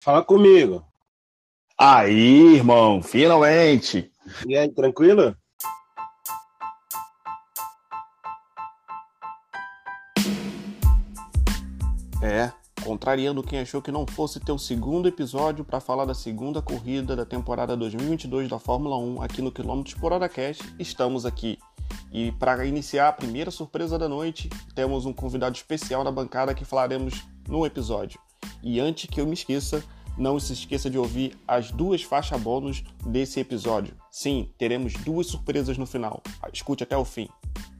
Fala comigo. Aí, irmão, finalmente! E aí, tranquilo? Contrariando quem achou que não fosse ter o segundo episódio para falar da segunda corrida da temporada 2022 da Fórmula 1 aqui no Quilômetros por Hora Cast, estamos aqui. E para iniciar a primeira surpresa da noite, temos um convidado especial na bancada que falaremos no episódio. E antes que eu me esqueça, não se esqueça de ouvir as duas faixas bônus desse episódio. Sim, teremos duas surpresas no final. Escute até o fim.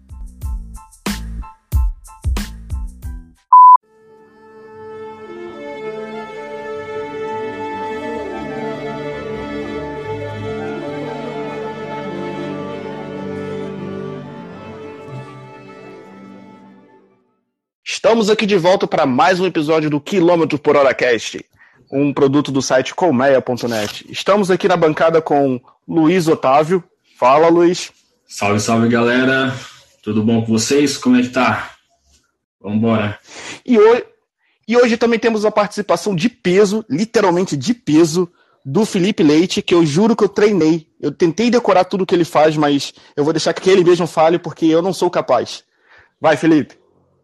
Estamos aqui de volta para mais um episódio do Quilômetro por Hora Cast, um produto do site colmeia.net. Estamos aqui na bancada com Luiz Otávio. Fala, Luiz. Salve, salve, galera. Tudo bom com vocês? Como é que tá? Vambora. E hoje também temos a participação de peso, literalmente de peso, do Felipe Leite, que eu juro que eu treinei. Eu tentei decorar tudo que ele faz, mas eu vou deixar que ele mesmo fale, porque eu não sou capaz. Vai, Felipe.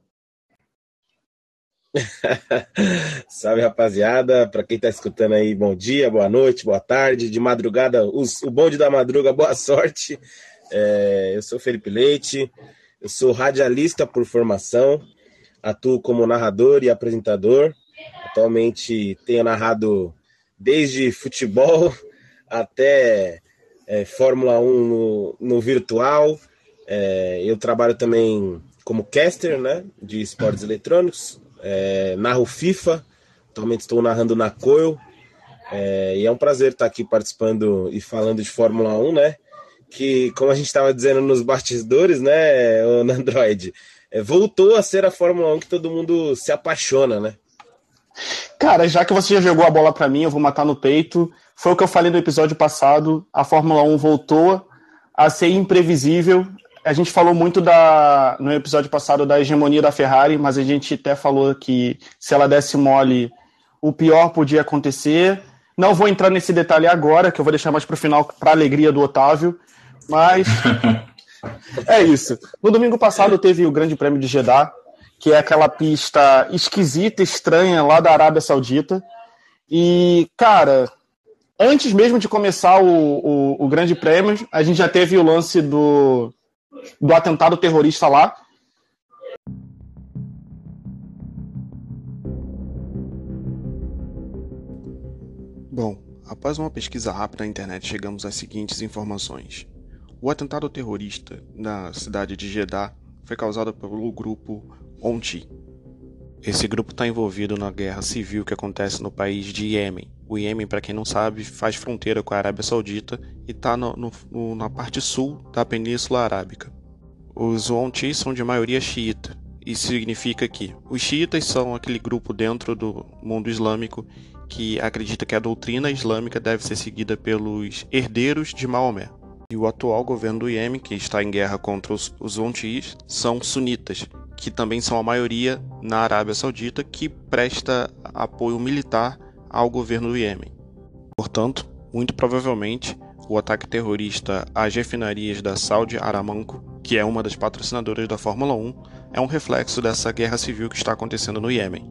Salve, rapaziada. Para quem tá escutando aí, bom dia, boa noite, boa tarde, de madrugada, o bonde da madruga, boa sorte. Eu sou Felipe Leite, eu sou radialista por formação, atuo como narrador e apresentador. Atualmente tenho narrado desde futebol até Fórmula 1 no virtual. Eu trabalho também como caster, né, de esportes eletrônicos. Narro FIFA, atualmente estou narrando na Coil, e é um prazer estar aqui participando e falando de Fórmula 1, né? Que, como a gente estava dizendo nos bastidores, né, o Android, voltou a ser a Fórmula 1 que todo mundo se apaixona, né? Cara, já que você já jogou a bola pra mim, eu vou matar no peito. Foi o que eu falei no episódio passado, a Fórmula 1 voltou a ser imprevisível. A gente falou muito no episódio passado da hegemonia da Ferrari, mas a gente até falou que se ela desse mole, o pior podia acontecer. Não vou entrar nesse detalhe agora, que eu vou deixar mais para o final, para a alegria do Otávio, mas é isso. No domingo passado teve o Grande Prêmio de Jeddah, que é aquela pista esquisita, estranha, lá da Arábia Saudita. E, cara, antes mesmo de começar o Grande Prêmio, a gente já teve o lance do atentado terrorista lá. Bom, após uma pesquisa rápida na internet, chegamos às seguintes informações. O atentado terrorista na cidade de Jeddah foi causado pelo grupo Houthi. Esse grupo está envolvido na guerra civil que acontece no país de Iêmen. O Iêmen, para quem não sabe, faz fronteira com a Arábia Saudita e está na parte sul da Península Arábica. Os Houthi são de maioria xiita. Isso significa que os xiitas são aquele grupo dentro do mundo islâmico que acredita que a doutrina islâmica deve ser seguida pelos herdeiros de Maomé. E o atual governo do Iêmen, que está em guerra contra os Houthis, são sunitas, que também são a maioria na Arábia Saudita, que presta apoio militar ao governo do Iêmen. Portanto, muito provavelmente, o ataque terrorista às refinarias da Saudi Aramco, que é uma das patrocinadoras da Fórmula 1, é um reflexo dessa guerra civil que está acontecendo no Iêmen.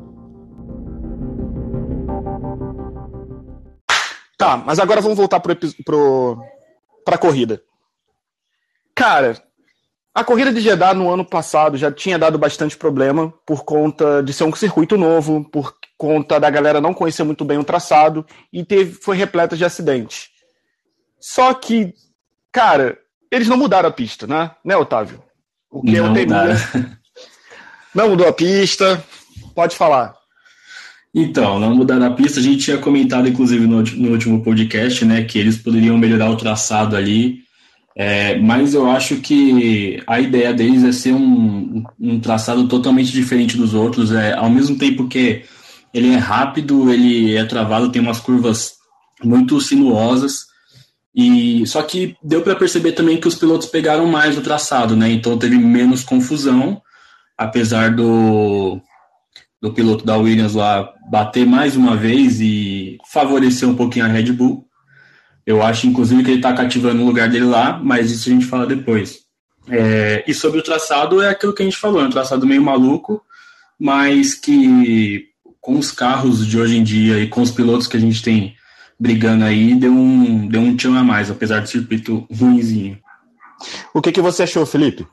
Tá, mas agora vamos voltar para a corrida. Cara, a corrida de Jeddah no ano passado já tinha dado bastante problema por conta de ser um circuito novo, por conta da galera não conhecer muito bem o traçado e foi repleta de acidentes. Só que, cara, eles não mudaram a pista, né, Otávio? O que eu temia. Não mudou a pista. Pode falar. Então, não mudaram a pista. A gente tinha comentado, inclusive, no último podcast, né, que eles poderiam melhorar o traçado ali. Mas eu acho que a ideia deles é ser um traçado totalmente diferente dos outros. Ao mesmo tempo que ele é rápido, ele é travado, tem umas curvas muito sinuosas. Só que deu para perceber também que os pilotos pegaram mais o traçado, né? Então teve menos confusão, apesar do piloto da Williams lá bater mais uma vez e favorecer um pouquinho a Red Bull. Eu acho, inclusive, que ele está cativando o lugar dele lá, mas isso a gente fala depois. E sobre o traçado, é aquilo que a gente falou, é um traçado meio maluco, mas que com os carros de hoje em dia e com os pilotos que a gente tem brigando aí, deu um tchan a mais, apesar do circuito ruinzinho. O que você achou, Felipe?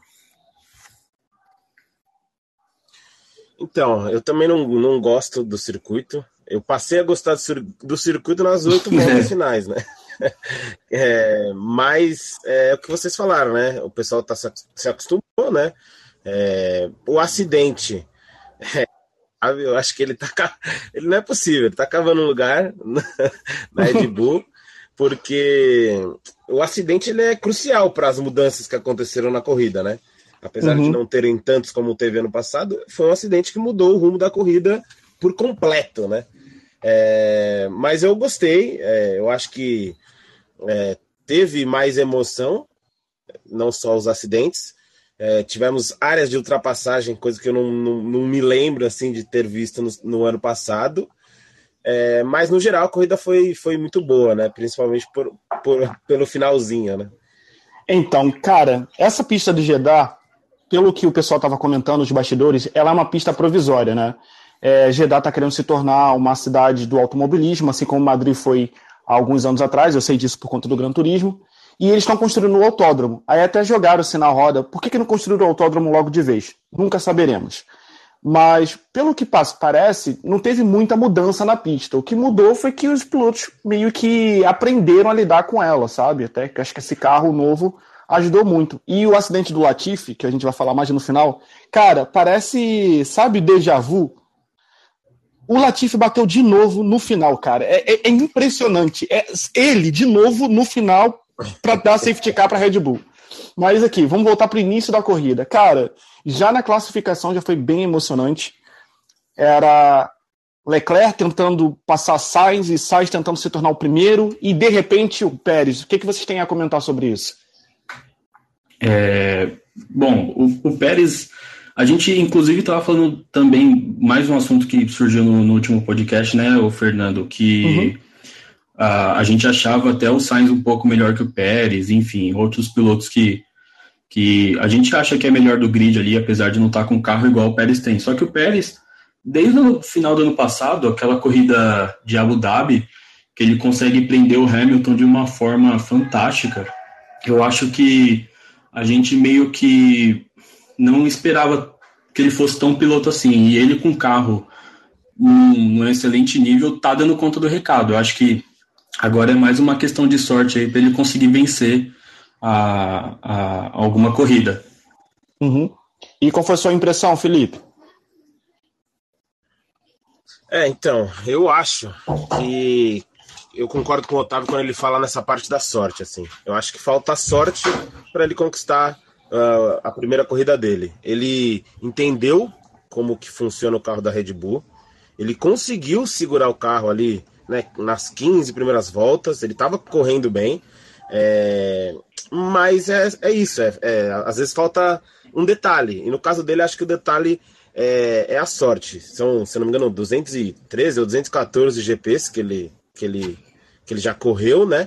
Então, eu também não gosto do circuito. Eu passei a gostar do circuito nas 8 voltas finais, né? Mas é o que vocês falaram, né? O pessoal se acostumou, né? O acidente, eu acho que ele não é possível, ele tá cavando um lugar na Red Bull, porque o acidente ele é crucial para as mudanças que aconteceram na corrida, né? Apesar de não terem tantos como teve ano passado, foi um acidente que mudou o rumo da corrida por completo, né? Mas eu gostei, eu acho que teve mais emoção, não só os acidentes. Tivemos áreas de ultrapassagem, coisa que eu não me lembro assim, de ter visto no ano passado. Mas no geral a corrida foi muito boa, né? Principalmente pelo finalzinho, né? Então, cara, essa pista de Jeddah, pelo que o pessoal estava comentando, os bastidores, ela é uma pista provisória, né? Jeddah está querendo se tornar uma cidade do automobilismo, assim como Madrid foi há alguns anos atrás, eu sei disso por conta do Gran Turismo, e eles estão construindo um autódromo. Aí até jogaram-se na roda, por que não construíram o autódromo logo de vez? Nunca saberemos. Mas, pelo que parece, não teve muita mudança na pista. O que mudou foi que os pilotos meio que aprenderam a lidar com ela, sabe? Até que acho que esse carro novo ajudou muito. E o acidente do Latifi, que a gente vai falar mais no final, cara, parece, sabe, déjà vu? O Latifi bateu de novo no final, cara. É impressionante. Ele, de novo, no final, para dar safety car para a Red Bull. Mas aqui, vamos voltar para o início da corrida. Cara, já na classificação já foi bem emocionante. Era Leclerc tentando passar Sainz e Sainz tentando se tornar o primeiro e, de repente, o Pérez. O que vocês têm a comentar sobre isso? Bom, o Pérez... A gente, inclusive, estava falando também mais um assunto que surgiu no último podcast, né, o Fernando, que a gente achava até o Sainz um pouco melhor que o Pérez, enfim, outros pilotos que a gente acha que é melhor do grid ali, apesar de não estar com um carro igual o Pérez tem. Só que o Pérez, desde o final do ano passado, aquela corrida de Abu Dhabi, que ele consegue prender o Hamilton de uma forma fantástica, eu acho que a gente meio que não esperava que ele fosse tão piloto assim, e ele com carro num excelente nível tá dando conta do recado. Eu acho que agora é mais uma questão de sorte aí para ele conseguir vencer alguma corrida. E qual foi a sua impressão, Felipe? Então, eu acho que eu concordo com o Otávio quando ele fala nessa parte da sorte, assim. Eu acho que falta sorte para ele conquistar a primeira corrida dele. Ele entendeu como que funciona o carro da Red Bull, ele conseguiu segurar o carro ali, né, nas 15 primeiras voltas, ele estava correndo bem, mas é isso, às vezes falta um detalhe, e no caso dele acho que o detalhe é a sorte. São, se não me engano, 213 ou 214 GPs que ele já correu, né,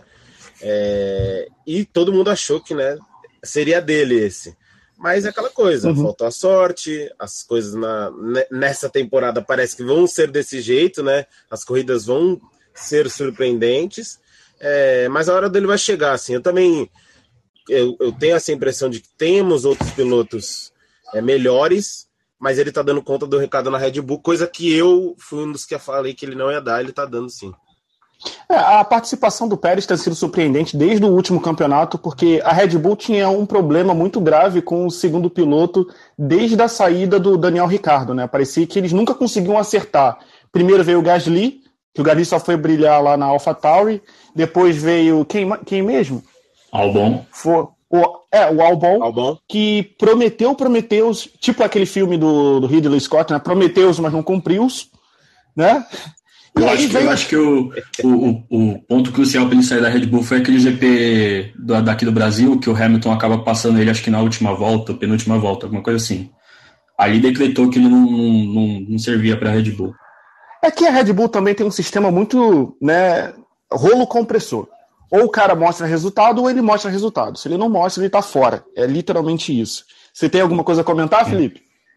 e todo mundo achou que, né, seria dele esse. Mas é aquela coisa, faltou a sorte, as coisas nessa temporada parece que vão ser desse jeito, né? As corridas vão ser surpreendentes, mas a hora dele vai chegar, assim. Eu também eu tenho essa impressão de que temos outros pilotos melhores, mas ele tá dando conta do recado na Red Bull, coisa que eu fui um dos que falei que ele não ia dar, ele tá dando sim. A participação do Pérez tem sido surpreendente desde o último campeonato, porque a Red Bull tinha um problema muito grave com o segundo piloto desde a saída do Daniel Ricciardo, né? Parecia que eles nunca conseguiam acertar. Primeiro veio o Gasly, que o Gasly só foi brilhar lá na AlphaTauri, depois veio quem mesmo? Albon. O Albon, que prometeu, tipo aquele filme do Ridley Scott, né? Prometeu, mas não cumpriu, né? Eu acho que o ponto crucial para ele sair da Red Bull foi aquele GP daqui do Brasil, que o Hamilton acaba passando ele, acho que na última volta, penúltima volta, alguma coisa assim. ali decretou que ele não servia para a Red Bull. É que a Red Bull também tem um sistema muito, né, rolo compressor. Ou o cara mostra resultado ou ele mostra resultado. Se ele não mostra, ele tá fora. É literalmente isso. Você tem alguma coisa a comentar, Felipe?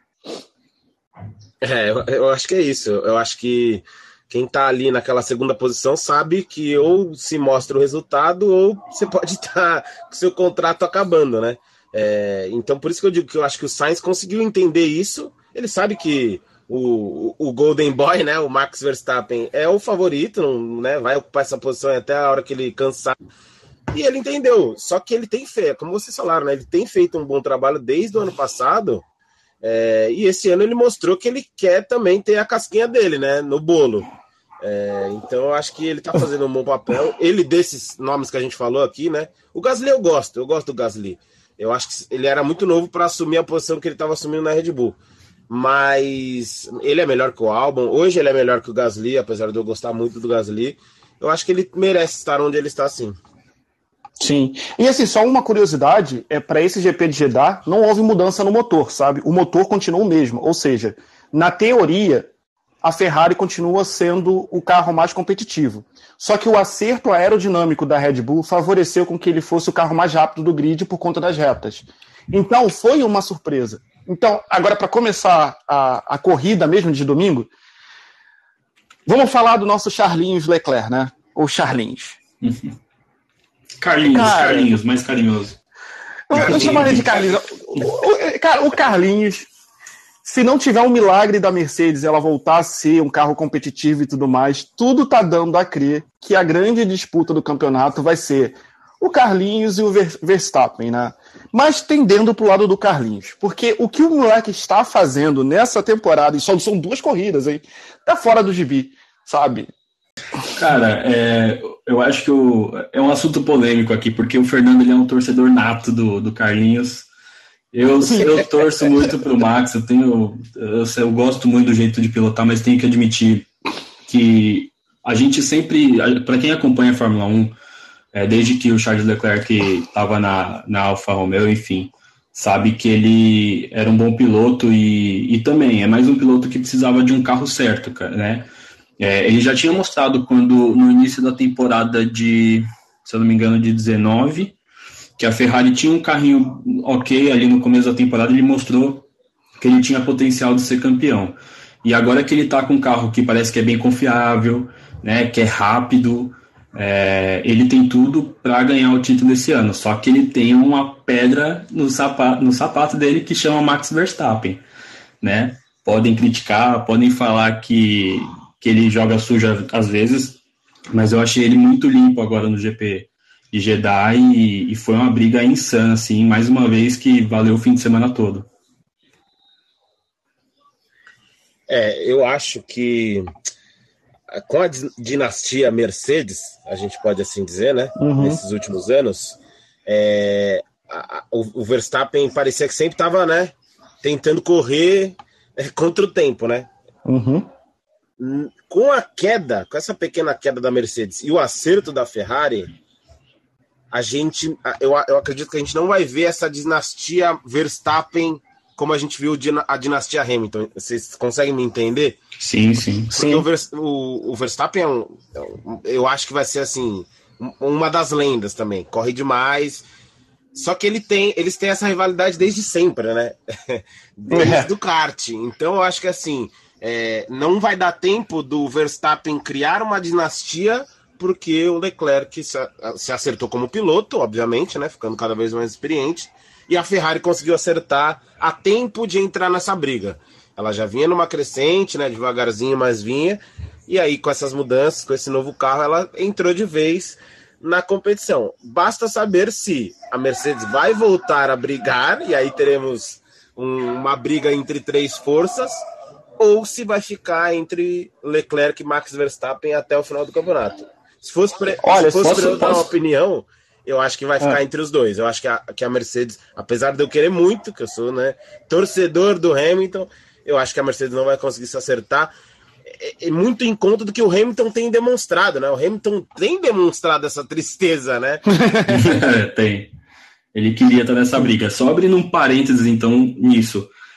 Eu acho que é isso. Eu acho que quem tá ali naquela segunda posição sabe que ou se mostra o resultado ou você pode estar com seu contrato acabando, né? Então por isso que eu digo que eu acho que o Sainz conseguiu entender isso. Ele sabe que o Golden Boy, né, o Max Verstappen, é o favorito, né, vai ocupar essa posição até a hora que ele cansar. E ele entendeu. Só que ele tem feito, como vocês falaram, né, ele tem feito um bom trabalho desde o ano passado. E esse ano ele mostrou que ele quer também ter a casquinha dele, né, no bolo. Então eu acho que ele tá fazendo um bom papel. Ele, desses nomes que a gente falou aqui, né, o Gasly eu gosto do Gasly. Eu acho que ele era muito novo para assumir a posição que ele estava assumindo na Red Bull. Mas ele é melhor que o Albon. Hoje ele é melhor que o Gasly, apesar de eu gostar muito do Gasly. Eu acho que ele merece estar onde ele está, sim. Sim. E assim, só uma curiosidade, para esse GP de Jeddah, não houve mudança no motor, sabe? O motor continua o mesmo. Ou seja, na teoria, a Ferrari continua sendo o carro mais competitivo. Só que o acerto aerodinâmico da Red Bull favoreceu com que ele fosse o carro mais rápido do grid por conta das retas. Então, foi uma surpresa. Então, agora para começar a corrida mesmo de domingo, vamos falar do nosso Charlinhos Leclerc, né? Ou Charlinhos. Carlinhos, mais carinhoso. Eu chamaria de Carlinhos. Cara, o Carlinhos, se não tiver um milagre da Mercedes, ela voltar a ser um carro competitivo e tudo mais, tudo tá dando a crer que a grande disputa do campeonato vai ser o Carlinhos e o Verstappen, né? Mas tendendo pro lado do Carlinhos. Porque o que o moleque está fazendo nessa temporada, e só são 2 corridas, hein? Tá fora do gibi, sabe? Cara, eu acho que é um assunto polêmico aqui, porque o Fernando ele é um torcedor nato do Carlinhos. Eu torço muito pro Max, eu gosto muito do jeito de pilotar, mas tenho que admitir que a gente sempre, para quem acompanha a Fórmula 1, desde que o Charles Leclerc estava na Alfa Romeo, enfim, sabe que ele era um bom piloto e também é mais um piloto que precisava de um carro certo, né? Ele já tinha mostrado no início da temporada se eu não me engano, de 19, que a Ferrari tinha um carrinho ok ali no começo da temporada, ele mostrou que ele tinha potencial de ser campeão. E agora que ele está com um carro que parece que é bem confiável, né, que é rápido, ele tem tudo para ganhar o título esse ano. Só que ele tem uma pedra no sapato dele que chama Max Verstappen, né? Podem criticar, podem falar que ele joga sujo às vezes, mas eu achei ele muito limpo agora no GP de Jeddah e foi uma briga insana, assim, mais uma vez que valeu o fim de semana todo. Eu acho que com a dinastia Mercedes, a gente pode assim dizer, né? Nesses últimos anos, o Verstappen parecia que sempre estava, né, tentando correr contra o tempo, né? Com com essa pequena queda da Mercedes e o acerto da Ferrari, eu acredito que a gente não vai ver essa dinastia Verstappen como a gente viu a dinastia Hamilton. Vocês conseguem me entender? Sim, sim. Porque o Verstappen eu acho que vai ser assim uma das lendas também. Corre demais. Só que eles têm essa rivalidade desde sempre, né? Desde o kart. Então eu acho que assim não vai dar tempo do Verstappen criar uma dinastia, porque o Leclerc se acertou como piloto, obviamente, né? Ficando cada vez mais experiente. E a Ferrari conseguiu acertar a tempo de entrar nessa briga. Ela já vinha numa crescente, né? Devagarzinho, mas vinha. E aí, com essas mudanças, com esse novo carro, ela entrou de vez na competição. Basta saber se a Mercedes vai voltar a brigar, e aí teremos uma briga entre 3 forças, ou se vai ficar entre Leclerc e Max Verstappen até o final do campeonato. Se fosse para eu dar uma opinião, eu acho que vai ficar entre os dois. Eu acho que a Mercedes, apesar de eu querer muito, que eu sou, né, torcedor do Hamilton, eu acho que a Mercedes não vai conseguir se acertar. É muito em conta do que o Hamilton tem demonstrado, né? O Hamilton tem demonstrado essa tristeza, né? Tem. Ele queria estar nessa briga. Só abrindo um parênteses, então, nisso.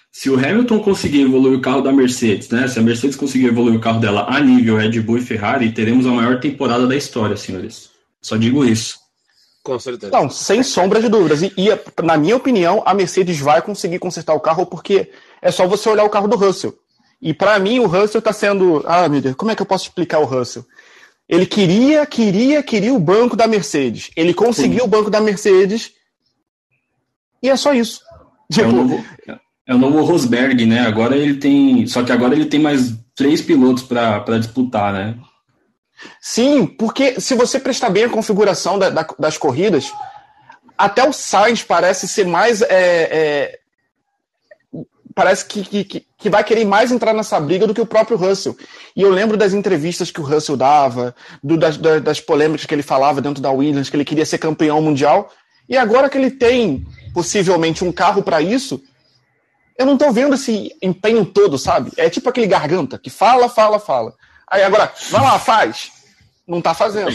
Se o Hamilton conseguir evoluir o carro da Mercedes, né? Se a Mercedes conseguir evoluir o carro dela a nível Red Bull e Ferrari, teremos a maior temporada da história, senhores. Só digo isso. Com certeza. Não, sem sombra de dúvidas. E, na minha opinião, a Mercedes vai conseguir consertar o carro porque é só você olhar o carro do Russell. E para mim, o Russell está sendo... Ah, meu Deus, como é que eu posso explicar o Russell? Ele queria o banco da Mercedes. Ele conseguiu o banco da Mercedes e é só isso. Tipo, é o novo Rosberg, né? Agora ele tem... Só que agora ele tem mais 3 pilotos para disputar, né? Sim, porque se você prestar bem a configuração das corridas, até o Sainz parece ser mais... parece que vai querer mais entrar nessa briga do que o próprio Russell. E eu lembro das entrevistas que o Russell dava, das polêmicas que ele falava dentro da Williams, que ele queria ser campeão mundial. E agora que ele tem, possivelmente, um carro para isso, eu não tô vendo esse empenho todo, sabe? É tipo aquele garganta que fala. Aí agora, vai lá, faz. Não tá fazendo.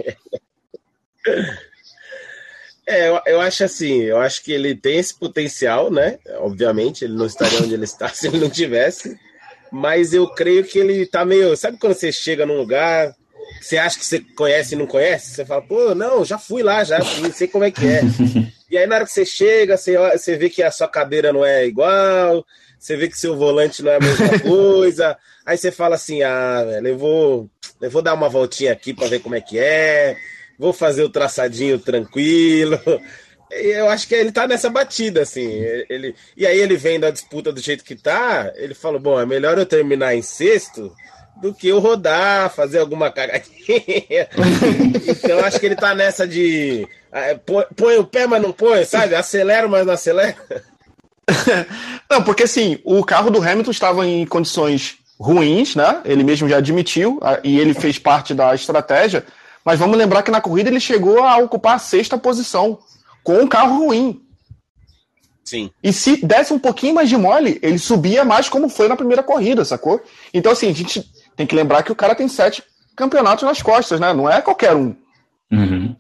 Eu acho assim, eu acho que ele tem esse potencial, né? Obviamente, ele não estaria onde ele está se ele não tivesse, mas eu creio que ele tá meio... Sabe quando você chega num lugar, você acha que você conhece e não conhece? Você fala, pô, não, já fui lá, já fui, sei como é que é. E aí na hora que você chega, você vê que a sua cadeira não é igual, você vê que seu volante não é a mesma coisa, aí você fala assim, velho, eu vou dar uma voltinha aqui para ver como é que é, vou fazer o traçadinho tranquilo. Eu acho que ele tá nessa batida, assim. E aí ele vem da disputa do jeito que tá, ele falou, bom, é melhor eu terminar em sexto do que eu rodar, fazer alguma cagadinha. Então eu acho que ele tá nessa de põe o pé, mas não põe, sabe? Acelera, mas não acelera. Não, porque assim, o carro do Hamilton estava em condições ruins, né? Ele mesmo já admitiu, e ele fez parte da estratégia, mas vamos lembrar que na corrida ele chegou a ocupar a 6ª posição, com um carro ruim. Sim. E se desse um pouquinho mais de mole, ele subia mais como foi na primeira corrida, sacou? Então assim, a gente tem que lembrar que o cara tem 7 campeonatos nas costas, né? Não é qualquer um. Uhum.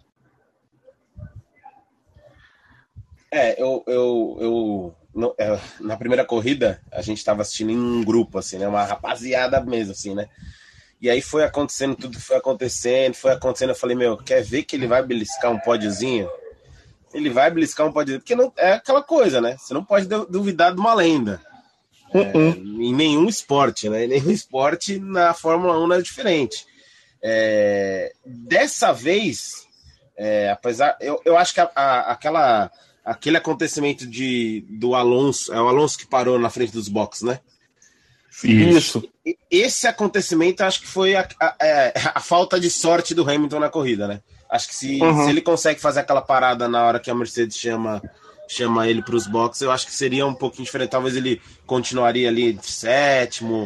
Na primeira corrida, a gente estava assistindo em um grupo, assim, né? Uma rapaziada mesmo, assim, né? E aí foi acontecendo, tudo foi acontecendo. Eu falei, quer ver que ele vai beliscar um pódiozinho? Ele vai beliscar um pódiozinho, porque não, é aquela coisa, né? Você não pode duvidar de uma lenda. Em nenhum esporte, né? Em nenhum esporte na Fórmula 1 não é diferente. Dessa vez, apesar... Eu acho que aquele acontecimento do Alonso, é o Alonso que parou na frente dos boxes, né? Isso. Esse acontecimento acho que foi a falta de sorte do Hamilton na corrida, né? Acho que se ele consegue fazer aquela parada na hora que a Mercedes chama ele para os boxes, eu acho que seria um pouquinho diferente. Talvez ele continuaria ali de 7º.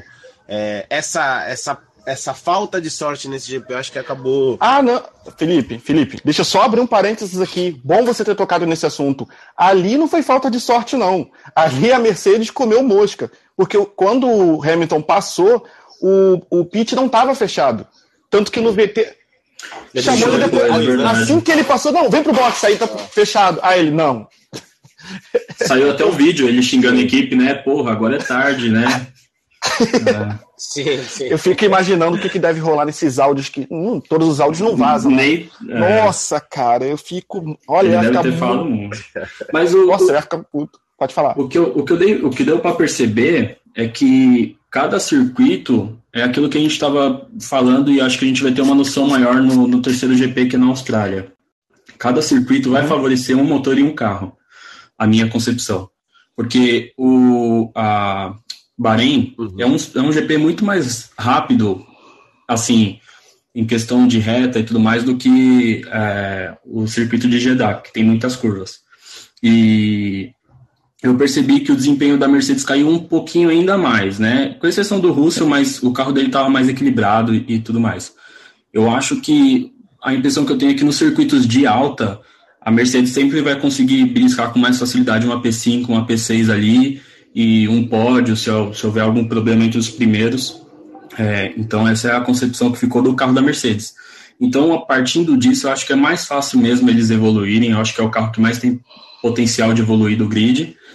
Essa falta de sorte nesse GP, eu acho que acabou... Ah, não. Felipe, deixa eu só abrir um parênteses aqui. Bom você ter tocado nesse assunto. Ali não foi falta de sorte, não. Ali a Mercedes comeu mosca. Porque quando o Hamilton passou, o pit não estava fechado. Tanto que no VT... chamou ele depois. Assim que ele passou, não, vem pro box, aí tá fechado. Aí ele, não. Saiu até o vídeo, ele xingando a equipe, né? Porra, agora é tarde, né? Sim. Eu fico imaginando o que deve rolar nesses áudios que todos os áudios não vazam. Nem, Nossa, cara, eu fico... Olha, ele deve ter falado muito. Mas Nossa, vai ficar puto. Pode falar. O que deu para perceber é que cada circuito é aquilo que a gente estava falando e acho que a gente vai ter uma noção maior no terceiro GP, que é na Austrália. Cada circuito vai favorecer um motor e um carro, a minha concepção. Porque a Bahrein é um GP muito mais rápido, assim, em questão de reta e tudo mais, do que o circuito de Jeddah, que tem muitas curvas. E eu percebi que o desempenho da Mercedes caiu um pouquinho ainda mais, né? Com exceção do Russell, mas o carro dele estava mais equilibrado e tudo mais. Eu acho que a impressão que eu tenho é que nos circuitos de alta, a Mercedes sempre vai conseguir beliscar com mais facilidade uma P5, uma P6 ali, e um pódio, se houver algum problema entre os primeiros. Então essa é a concepção que ficou do carro da Mercedes. Então, partindo disso, eu acho que é mais fácil mesmo eles evoluírem. Eu acho que é o carro que mais tem potencial de evoluir do grid.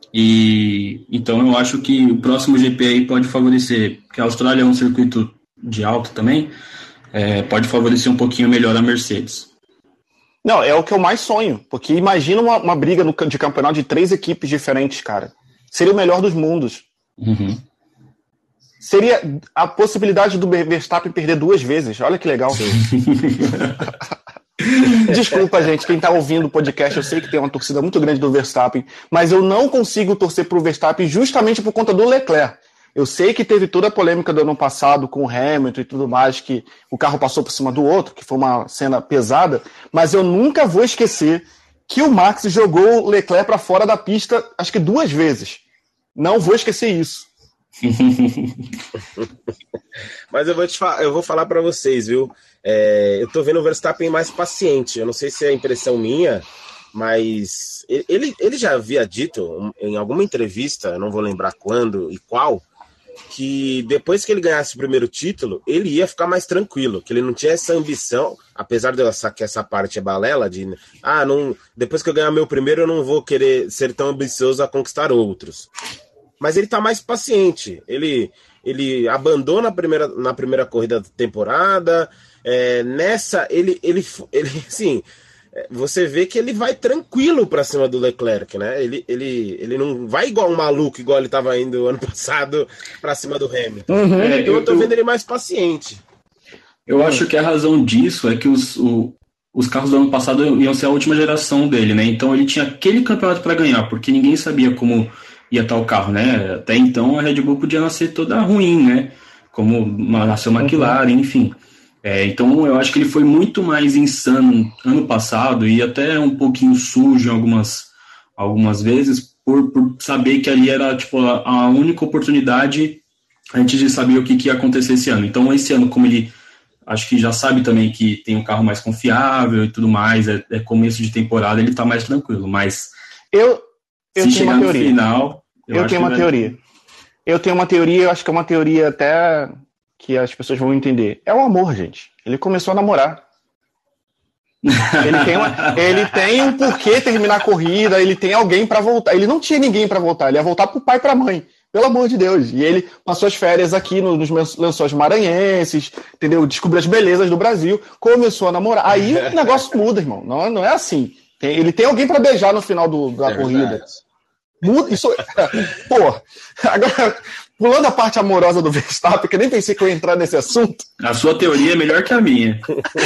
E então eu acho que o próximo GP aí pode favorecer, porque a Austrália é um circuito de alto também, pode favorecer um pouquinho melhor a Mercedes. Não, é o que eu mais sonho, porque imagina uma briga de campeonato de 3 equipes diferentes, cara. Seria o melhor dos mundos. Uhum. Seria a possibilidade do Verstappen perder 2 vezes. Olha que legal. Desculpa, gente, quem tá ouvindo o podcast, eu sei que tem uma torcida muito grande do Verstappen, mas eu não consigo torcer pro Verstappen justamente por conta do Leclerc. Eu sei que teve toda a polêmica do ano passado com o Hamilton e tudo mais, que o carro passou por cima do outro, que foi uma cena pesada, mas eu nunca vou esquecer que o Max jogou o Leclerc para fora da pista, acho que 2 vezes. Não vou esquecer isso. Mas eu vou falar para vocês, viu? Eu tô vendo o Verstappen mais paciente. Eu não sei se é impressão minha, mas ele já havia dito em alguma entrevista, eu não vou lembrar quando e qual, que depois que ele ganhasse o primeiro título, ele ia ficar mais tranquilo, que ele não tinha essa ambição, apesar de eu achar que essa parte é balela, de depois que eu ganhar meu primeiro, eu não vou querer ser tão ambicioso a conquistar outros. Mas ele tá mais paciente, ele abandona na primeira corrida da temporada, nessa, ele assim, você vê que ele vai tranquilo para cima do Leclerc, né? Ele não vai igual um maluco, igual ele tava indo ano passado para cima do Hamilton. Uhum. Então eu tô vendo ele mais paciente. Eu acho que a razão disso é que os carros do ano passado iam ser a última geração dele, né? Então ele tinha aquele campeonato para ganhar, porque ninguém sabia como ia estar o carro, né? Até então a Red Bull podia nascer toda ruim, né? Como nasceu a McLaren, enfim. Então eu acho que ele foi muito mais insano ano passado e até um pouquinho sujo algumas vezes por saber que ali era tipo a única oportunidade antes de saber o que ia acontecer esse ano. Então esse ano, como ele acho que já sabe também que tem um carro mais confiável e tudo mais, é começo de temporada, ele tá mais tranquilo, mas se chegar no final... Eu tenho uma teoria. Eu acho que é uma teoria até que as pessoas vão entender. É o amor, gente. Ele começou a namorar. Ele tem um porquê terminar a corrida, ele tem alguém pra voltar. Ele não tinha ninguém pra voltar, ele ia voltar pro pai e pra mãe. Pelo amor de Deus. E ele passou as férias aqui nos Lençóis Maranhenses, entendeu? Descobriu as belezas do Brasil, começou a namorar. Aí o negócio muda, irmão. Não é assim. Ele tem alguém pra beijar no final da corrida. Verdade. Muda isso. Pô, agora, pulando a parte amorosa do Verstappen, que eu nem pensei que eu ia entrar nesse assunto. A sua teoria é melhor que a minha.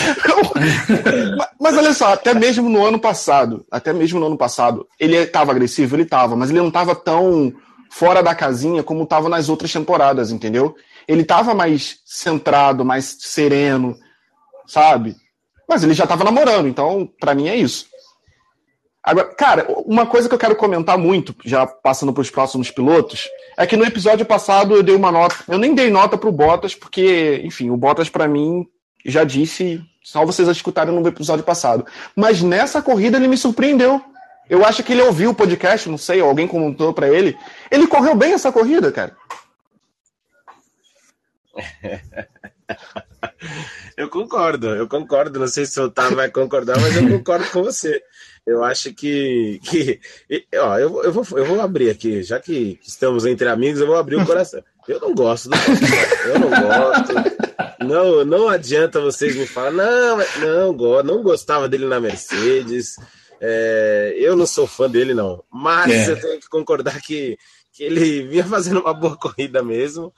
Mas olha só, até mesmo no ano passado, ele estava agressivo, ele estava, mas ele não estava tão fora da casinha como estava nas outras temporadas, entendeu? Ele estava mais centrado, mais sereno, sabe? Mas ele já estava namorando, então, pra mim é isso. Agora, cara, uma coisa que eu quero comentar muito, já passando para os próximos pilotos, é que no episódio passado eu dei uma nota, eu nem dei nota pro Bottas, porque, enfim, o Bottas para mim, já disse, só vocês escutarem no episódio passado. Mas nessa corrida ele me surpreendeu. Eu acho que ele ouviu o podcast, não sei, alguém comentou para ele. Ele correu bem essa corrida, cara. Eu concordo. Não sei se o Otávio vai concordar, mas eu concordo com você. Eu acho que eu vou abrir aqui, já que estamos entre amigos, eu vou abrir o coração. Eu não gosto do Bottas, eu não gosto. Não adianta vocês me falar, não gostava dele na Mercedes. Eu não sou fã dele, não. Mas eu tenho que concordar que ele vinha fazendo uma boa corrida mesmo.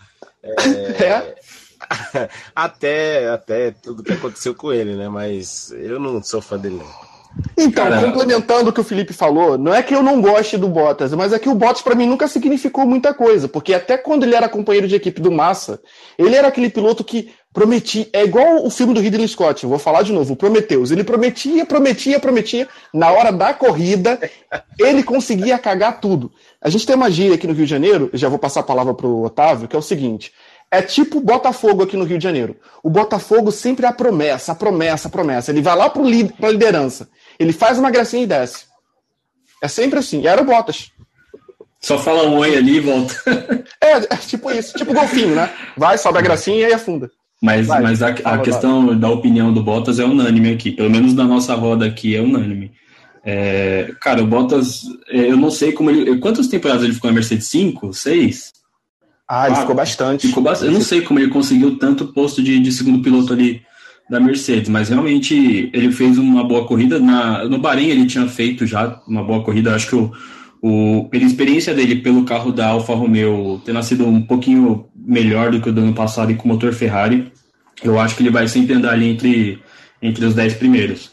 Até tudo que aconteceu com ele, né? Mas eu não sou fã dele, não. Então, complementando o que o Felipe falou, não é que eu não goste do Bottas, mas é que o Bottas pra mim nunca significou muita coisa, porque até quando ele era companheiro de equipe do Massa, ele era aquele piloto que prometia, é igual o filme do Ridley Scott, eu vou falar de novo, o Prometheus, ele prometia, na hora da corrida, ele conseguia cagar tudo. A gente tem uma gíria aqui no Rio de Janeiro, já vou passar a palavra pro Otávio, que é o seguinte: é tipo o Botafogo aqui no Rio de Janeiro. O Botafogo sempre é a promessa. Ele vai lá pra liderança. Ele faz uma gracinha e desce. É sempre assim. E era o Bottas. Só fala um oi ali e volta. É tipo isso. Tipo golfinho, né? Vai, sobe a gracinha e afunda. Mas a questão da opinião do Bottas é unânime aqui. Pelo menos na nossa roda aqui é unânime. Cara, o Bottas, eu não sei como ele... Quantas temporadas ele ficou na Mercedes? 5? 6? Ele ficou bastante. Eu não sei como ele conseguiu tanto posto de segundo piloto ali da Mercedes, mas realmente ele fez uma boa corrida. No Bahrein ele tinha feito já uma boa corrida. Acho que pela experiência dele pelo carro da Alfa Romeo ter nascido um pouquinho melhor do que o do ano passado e com o motor Ferrari, eu acho que ele vai sempre andar ali entre os 10 primeiros.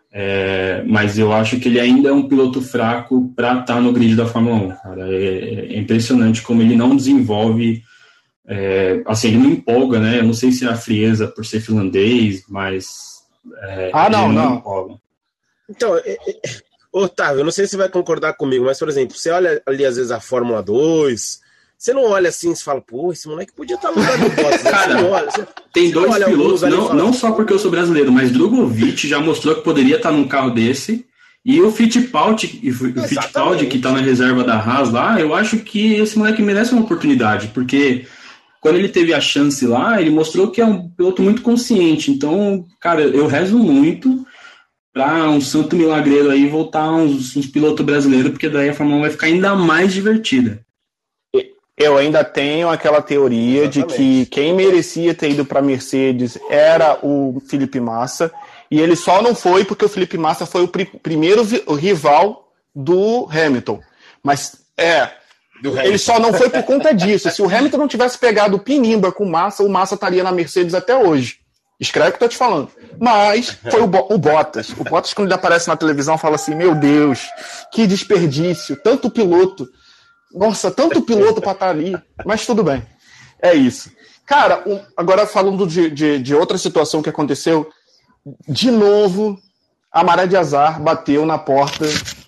Mas eu acho que ele ainda é um piloto fraco para estar no grid da Fórmula 1, cara. É impressionante como ele não desenvolve, assim, ele não empolga, né? Eu não sei se é a frieza por ser finlandês, mas não empolga. Então, Otávio, eu não sei se você vai concordar comigo, mas, por exemplo, você olha ali às vezes a Fórmula 2, você não olha assim e fala, pô, esse moleque podia estar no lugar do Bottas. Cara, tem dois pilotos, não só porque eu sou brasileiro, mas Drogovic já mostrou que poderia estar num carro desse, e o Fittipaldi que está na reserva da Haas lá, eu acho que esse moleque merece uma oportunidade, porque quando ele teve a chance lá, ele mostrou que é um piloto muito consciente. Então, cara, eu rezo muito para um santo milagreiro aí voltar uns pilotos brasileiros, porque daí a Fórmula 1 vai ficar ainda mais divertida. Eu ainda tenho aquela teoria de que quem merecia ter ido para a Mercedes era o Felipe Massa, e ele só não foi porque o Felipe Massa foi o primeiro rival do Hamilton. Mas ele só não foi por conta disso. Se o Hamilton não tivesse pegado o pinimba com o Massa estaria na Mercedes até hoje. Escreve o que eu tô te falando. Mas foi o Bottas. O Bottas, quando ele aparece na televisão, fala assim, meu Deus, que desperdício, tanto piloto. Nossa, tanto piloto para estar ali, mas tudo bem. É isso. Cara, agora falando de outra situação que aconteceu, de novo, a maré de azar bateu na porta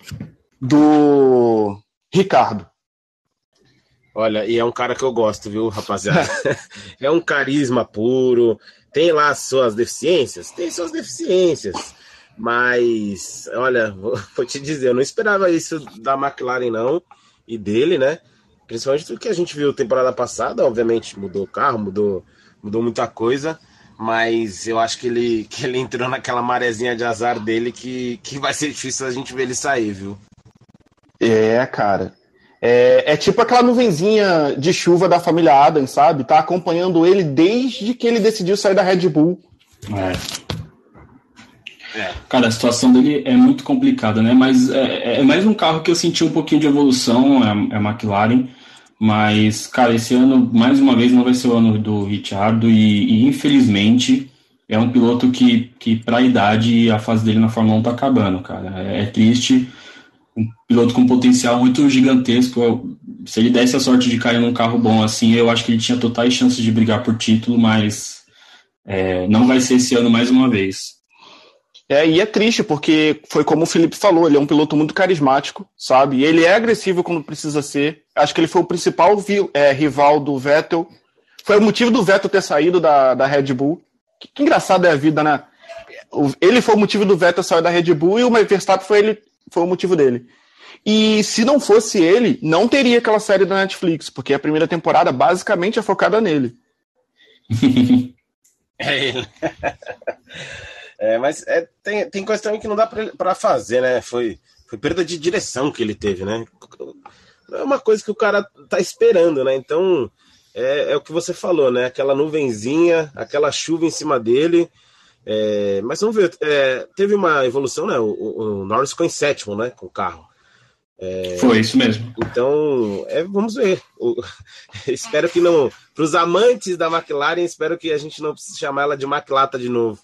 do Ricardo. Olha, e é um cara que eu gosto, viu, rapaziada? É um carisma puro, tem lá as suas deficiências? Tem suas deficiências, mas, olha, vou te dizer, eu não esperava isso da McLaren, não. E dele, né? Principalmente do que a gente viu temporada passada, obviamente mudou o carro, mudou muita coisa, mas eu acho que ele entrou naquela marezinha de azar dele que vai ser difícil a gente ver ele sair, viu? Cara. É tipo aquela nuvenzinha de chuva da família Adams, sabe? Tá acompanhando ele desde que ele decidiu sair da Red Bull. Cara, a situação dele é muito complicada, né? Mas é mais um carro que eu senti um pouquinho de evolução, é a McLaren. Mas, cara, esse ano, mais uma vez, não vai ser o ano do Ricciardo. E infelizmente, é um piloto que para a idade, a fase dele na Fórmula 1 tá acabando, cara. É triste. Um piloto com potencial muito gigantesco. Se ele desse a sorte de cair num carro bom assim, eu acho que ele tinha totais chances de brigar por título, mas não vai ser esse ano mais uma vez. E é triste, porque foi como o Felipe falou, ele é um piloto muito carismático, sabe? E ele é agressivo quando precisa ser. Acho que ele foi o principal rival do Vettel. Foi o motivo do Vettel ter saído da Red Bull. Que engraçado é a vida, né? Ele foi o motivo do Vettel sair da Red Bull e o Verstappen foi o motivo dele. E se não fosse ele, não teria aquela série da Netflix, porque a primeira temporada basicamente é focada nele. É ele. Mas tem coisa também que não dá pra fazer, né? Foi perda de direção que ele teve, né? Não é uma coisa que o cara tá esperando, né? Então, é o que você falou, né? Aquela nuvenzinha, aquela chuva em cima dele. Mas vamos ver, teve uma evolução, né? O Norris ficou em sétimo, né? Com o carro. Foi isso mesmo. Então, vamos ver. Espero que não. Para os amantes da McLaren, espero que a gente não precise chamar ela de McLata de novo.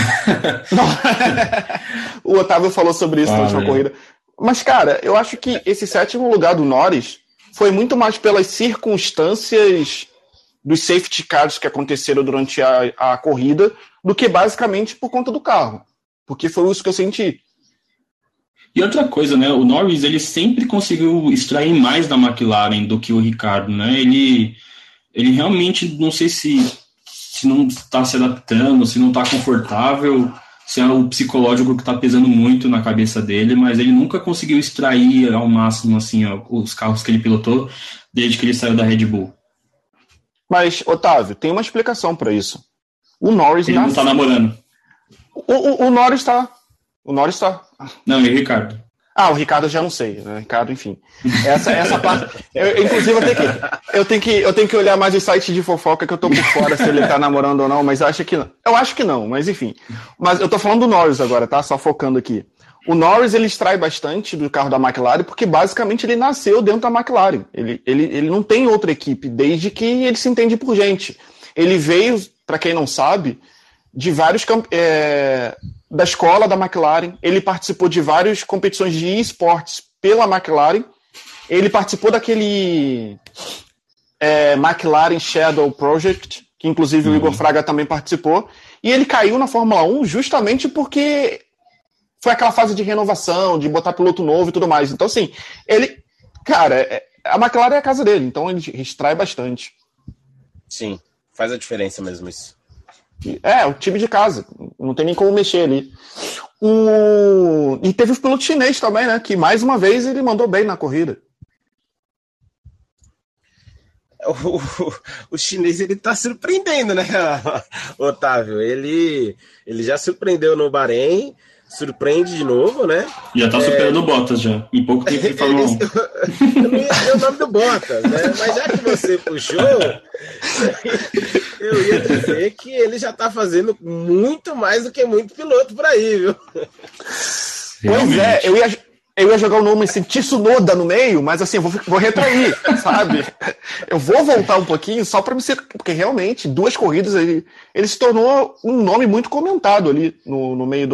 O Otávio falou sobre isso na última corrida. Mas, cara, eu acho que esse sétimo lugar do Norris foi muito mais pelas circunstâncias dos safety cars que aconteceram durante a corrida do que basicamente por conta do carro. Porque foi isso que eu senti. E outra coisa, né? O Norris, ele sempre conseguiu extrair mais da McLaren do que o Ricardo, né? Ele realmente, não sei se não está se adaptando, se não está confortável, se é o psicológico que está pesando muito na cabeça dele, mas ele nunca conseguiu extrair ao máximo assim, os carros que ele pilotou desde que ele saiu da Red Bull. Mas, Otávio, tem uma explicação para isso. O Norris ele não está namorando. O Norris está. O Norris está. Não, e o Ricardo? O Ricardo eu já não sei, né? Ricardo, enfim. Essa parte. Inclusive, eu tenho que olhar mais os sites de fofoca que eu tô por fora se ele tá namorando ou não, mas eu acho que não. Eu acho que não, mas enfim. Mas eu tô falando do Norris agora, tá? Só focando aqui. O Norris, ele extrai bastante do carro da McLaren, porque basicamente ele nasceu dentro da McLaren. Ele não tem outra equipe, desde que ele se entende por gente. Ele veio, para quem não sabe, de vários da escola da McLaren. Ele participou de várias competições de esportes pela McLaren. Ele participou daquele McLaren Shadow Project, que inclusive o Igor Fraga também participou. E ele caiu na Fórmula 1 justamente porque foi aquela fase de renovação, de botar piloto novo e tudo mais. Então, assim, a McLaren é a casa dele, então ele extrai bastante. Sim, faz a diferença mesmo isso. O time de casa, não tem nem como mexer ali. E teve o piloto chinês também, né? Que mais uma vez ele mandou bem na corrida. O chinês, ele tá surpreendendo, né, Otávio? Ele já surpreendeu no Bahrein, surpreende de novo, né? Já tá superando o Bottas já, em pouco tempo de Fórmula 1. Eu não ia dizer o nome do Bottas, né? Mas já que você puxou, eu ia dizer que ele já tá fazendo muito mais do que muito piloto por aí, viu? Pois é, eu ia jogar o nome assim, Tsunoda no meio, mas assim, eu vou retrair, sabe? Eu vou voltar um pouquinho só para me ser. Porque realmente, 2 corridas, ele se tornou um nome muito comentado ali no meio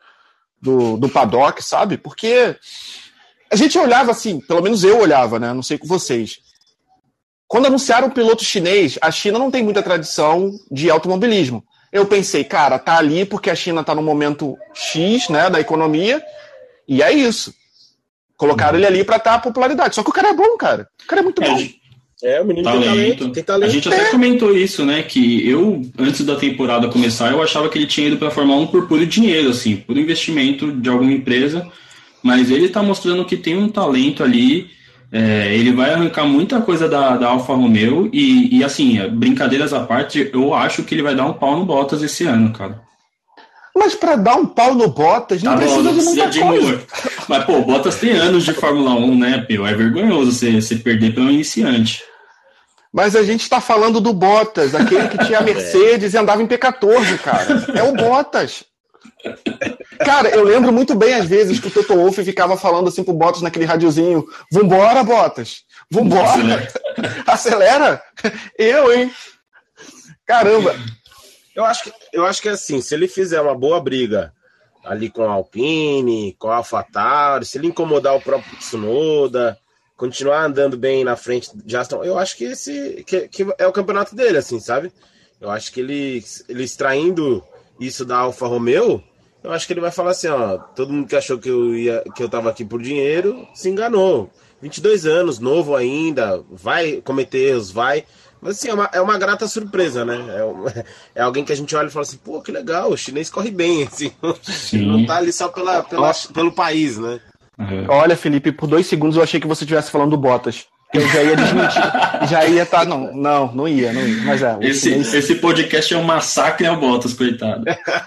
do paddock, sabe? Porque a gente olhava assim, pelo menos eu olhava, né? Não sei com vocês. Quando anunciaram o piloto chinês, a China não tem muita tradição de automobilismo. Eu pensei, cara, tá ali porque a China tá no momento X, né, da economia, e é isso. Colocaram ele ali pra dar popularidade. Só que o cara é bom, cara. O cara é muito bom. O menino tem talento. A gente até comentou isso, né? Que eu, antes da temporada começar, eu achava que ele tinha ido pra Fórmula 1 por puro dinheiro, assim, por investimento de alguma empresa. Mas ele tá mostrando que tem um talento ali. Ele vai arrancar muita coisa da Alfa Romeo. E assim, brincadeiras à parte, eu acho que ele vai dar um pau no Bottas esse ano, cara. Mas pra dar um pau no Bottas, não precisa de muita coisa. Mas, pô, o Bottas tem anos de Fórmula 1, né, Pio? É vergonhoso você perder para um iniciante. Mas a gente tá falando do Bottas, aquele que tinha a Mercedes e andava em P14, cara. É o Bottas. Cara, eu lembro muito bem, às vezes, que o Toto Wolff ficava falando assim pro Bottas naquele radiozinho: vambora, Bottas, vambora. Acelera. Hein? Caramba. Eu acho que assim, se ele fizer uma boa briga ali com a Alpine, com a AlphaTauri, se ele incomodar o próprio Tsunoda, continuar andando bem na frente de Aston, eu acho que que é o campeonato dele, assim, sabe? Eu acho que ele extraindo isso da Alfa Romeo, eu acho que ele vai falar assim, ó, todo mundo que achou que eu tava aqui por dinheiro, se enganou. 22 anos, novo ainda, vai cometer erros, vai. Mas assim, é uma grata surpresa, né? É alguém que a gente olha e fala assim, pô, que legal, o chinês corre bem, assim. Ele não tá ali só pelo país, né? Olha, Felipe, por 2 segundos eu achei que você estivesse falando do Bottas. Eu já ia desmentir. Já ia estar. Não ia. Mas esse podcast é um massacre ao Bottas, coitado.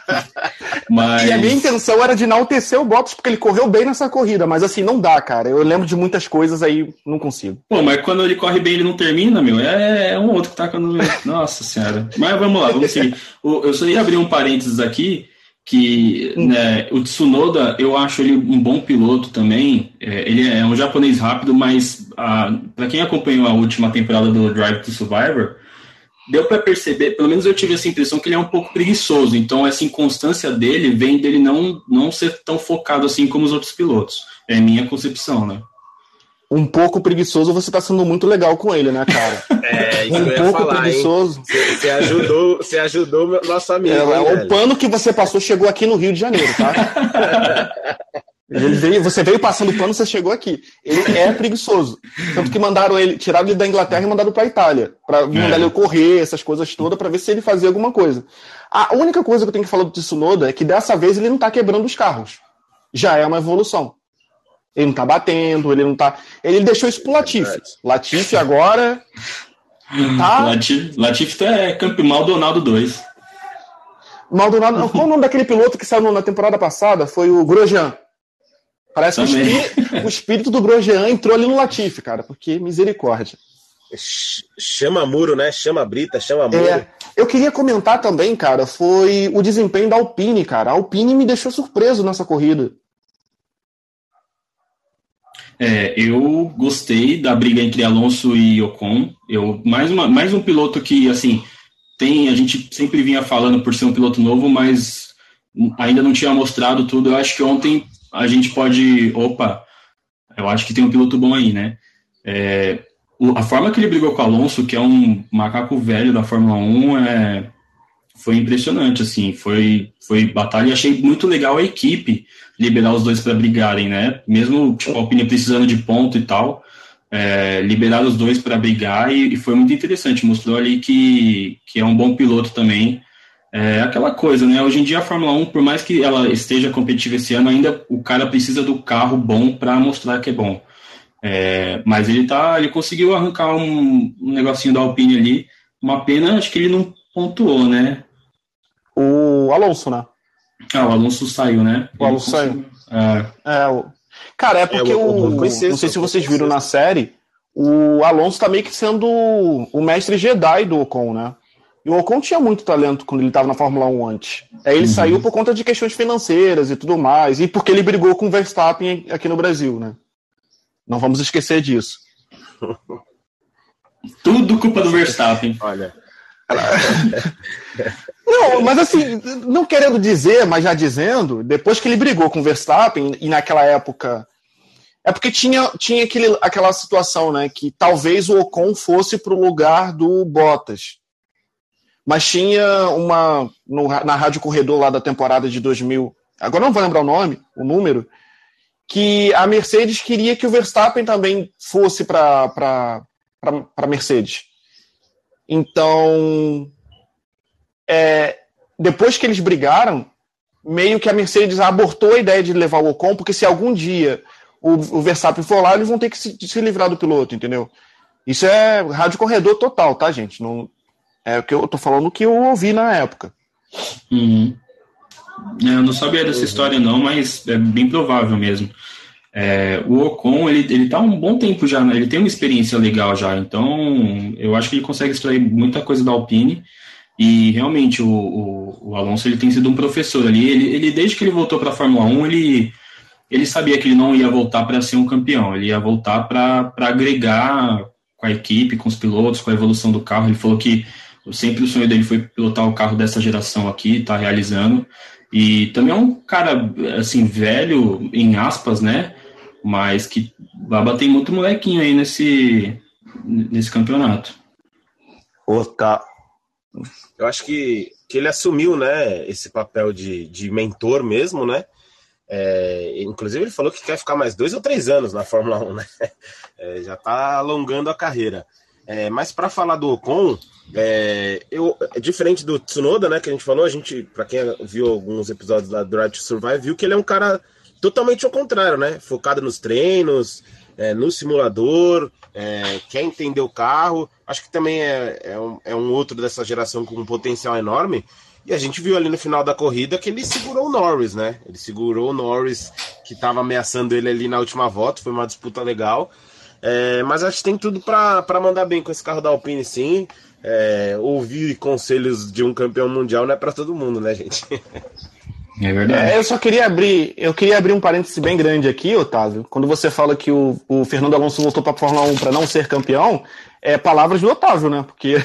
E a minha intenção era de enaltecer o Bottas, porque ele correu bem nessa corrida, mas assim, não dá, cara. Eu lembro de muitas coisas aí, não consigo. Pô, mas quando ele corre bem, ele não termina, meu. É um outro que tá quando. Nossa senhora. Mas vamos lá, vamos seguir. Eu só ia abrir um parênteses aqui. Que né, o Tsunoda, eu acho ele um bom piloto também. Ele é um japonês rápido, mas para quem acompanhou a última temporada do Drive to Survivor, deu para perceber, pelo menos eu tive essa impressão que ele é um pouco preguiçoso. Então essa inconstância dele vem dele não ser tão focado assim como os outros pilotos. É minha concepção, né? Um pouco preguiçoso, você tá sendo muito legal com ele, né, cara? Isso um pouco falar, preguiçoso. Você ajudou nosso amigo. O pano que você passou chegou aqui no Rio de Janeiro, tá? Você veio passando pano, você chegou aqui. Ele é preguiçoso. Tanto que tiraram ele da Inglaterra e mandaram pra Itália. Pra mandar ele correr, essas coisas todas, pra ver se ele fazia alguma coisa. A única coisa que eu tenho que falar do Tsunoda é que dessa vez ele não tá quebrando os carros. Já é uma evolução. Ele não tá batendo, ele não tá... Ele deixou isso pro Latifi. Latifi agora... Tá... Latifi é Maldonado 2. Maldonado... Qual o nome daquele piloto que saiu na temporada passada? Foi o Grosjean. Parece que o espírito do Grosjean entrou ali no Latifi, cara, porque misericórdia. Chama muro, né? Chama brita, chama muro. Eu queria comentar também, cara, foi o desempenho da Alpine, cara. A Alpine me deixou surpreso nessa corrida. Eu gostei da briga entre Alonso e Ocon. Mais um piloto que, assim, a gente sempre vinha falando por ser um piloto novo, mas ainda não tinha mostrado tudo. Eu acho que ontem a gente pode... eu acho que tem um piloto bom aí, né? A forma que ele brigou com o Alonso, que é um macaco velho da Fórmula 1, foi impressionante, assim, foi batalha, e achei muito legal a equipe liberar os dois para brigarem, né, mesmo a Alpine precisando de ponto e tal, liberar os dois para brigar, e foi muito interessante, mostrou ali que é um bom piloto também. Aquela coisa, né, hoje em dia a Fórmula 1, por mais que ela esteja competitiva esse ano, ainda o cara precisa do carro bom para mostrar que é bom. Mas ele conseguiu arrancar um negocinho da Alpine ali. Uma pena, acho que ele não pontuou, né? O Alonso, né? O Alonso saiu, né? O Alonso saiu. Cara, porque não sei se vocês viram na série, o Alonso tá meio que sendo o mestre Jedi do Ocon, né? E o Ocon tinha muito talento quando ele estava na Fórmula 1 antes. Aí ele saiu por conta de questões financeiras e tudo mais, e porque ele brigou com o Verstappen aqui no Brasil, né? Não vamos esquecer disso. Tudo culpa do Verstappen. Olha. Não, mas assim, não querendo dizer, mas já dizendo, depois que ele brigou com o Verstappen, e naquela época... É porque tinha aquela situação, né? Que talvez o Ocon fosse para o lugar do Bottas. Mas tinha na Rádio Corredor lá da temporada de 2000, agora não vou lembrar o número, que a Mercedes queria que o Verstappen também fosse para Mercedes. Então, depois que eles brigaram, meio que a Mercedes abortou a ideia de levar o Ocon, porque se algum dia o Verstappen for lá, eles vão ter que se livrar do piloto, entendeu? Isso é Rádio Corredor total, tá, gente? Não, é o que eu tô falando, que eu ouvi na época. Uhum. Eu não sabia dessa história não, mas é bem provável mesmo. O Ocon, ele tá há um bom tempo já, né? Ele tem uma experiência legal já, então eu acho que ele consegue extrair muita coisa da Alpine, e realmente o Alonso, ele tem sido um professor ali. Ele desde que ele voltou para a Fórmula 1, ele sabia que ele não ia voltar para ser um campeão, ele ia voltar para agregar com a equipe, com os pilotos, com a evolução do carro. Ele falou que sempre o sonho dele foi pilotar o carro dessa geração aqui, tá realizando. E também é um cara, assim, velho, em aspas, né? Mas que vai bater muito molequinho aí nesse campeonato. Eu acho que ele assumiu, né, esse papel de mentor mesmo, né? Inclusive ele falou que quer ficar mais 2 ou 3 anos na Fórmula 1, né? Já tá alongando a carreira. Mas para falar do Ocon, diferente do Tsunoda, né, que a gente falou, para quem viu alguns episódios lá do Drive to Survive, viu que ele é um cara totalmente ao contrário, né? Focado nos treinos, no simulador, quer entender o carro. Acho que também é um outro dessa geração com um potencial enorme. E a gente viu ali no final da corrida que ele segurou o Norris, né? Ele segurou o Norris, que estava ameaçando ele ali na última volta. Foi uma disputa legal. Mas acho que tem tudo para mandar bem com esse carro da Alpine, sim. Ouvir conselhos de um campeão mundial não é para todo mundo, né, gente? É verdade. Eu queria abrir um parêntese bem grande aqui, Otávio. Quando você fala que o Fernando Alonso voltou para a Fórmula 1 para não ser campeão, palavras do Otávio, né? Porque...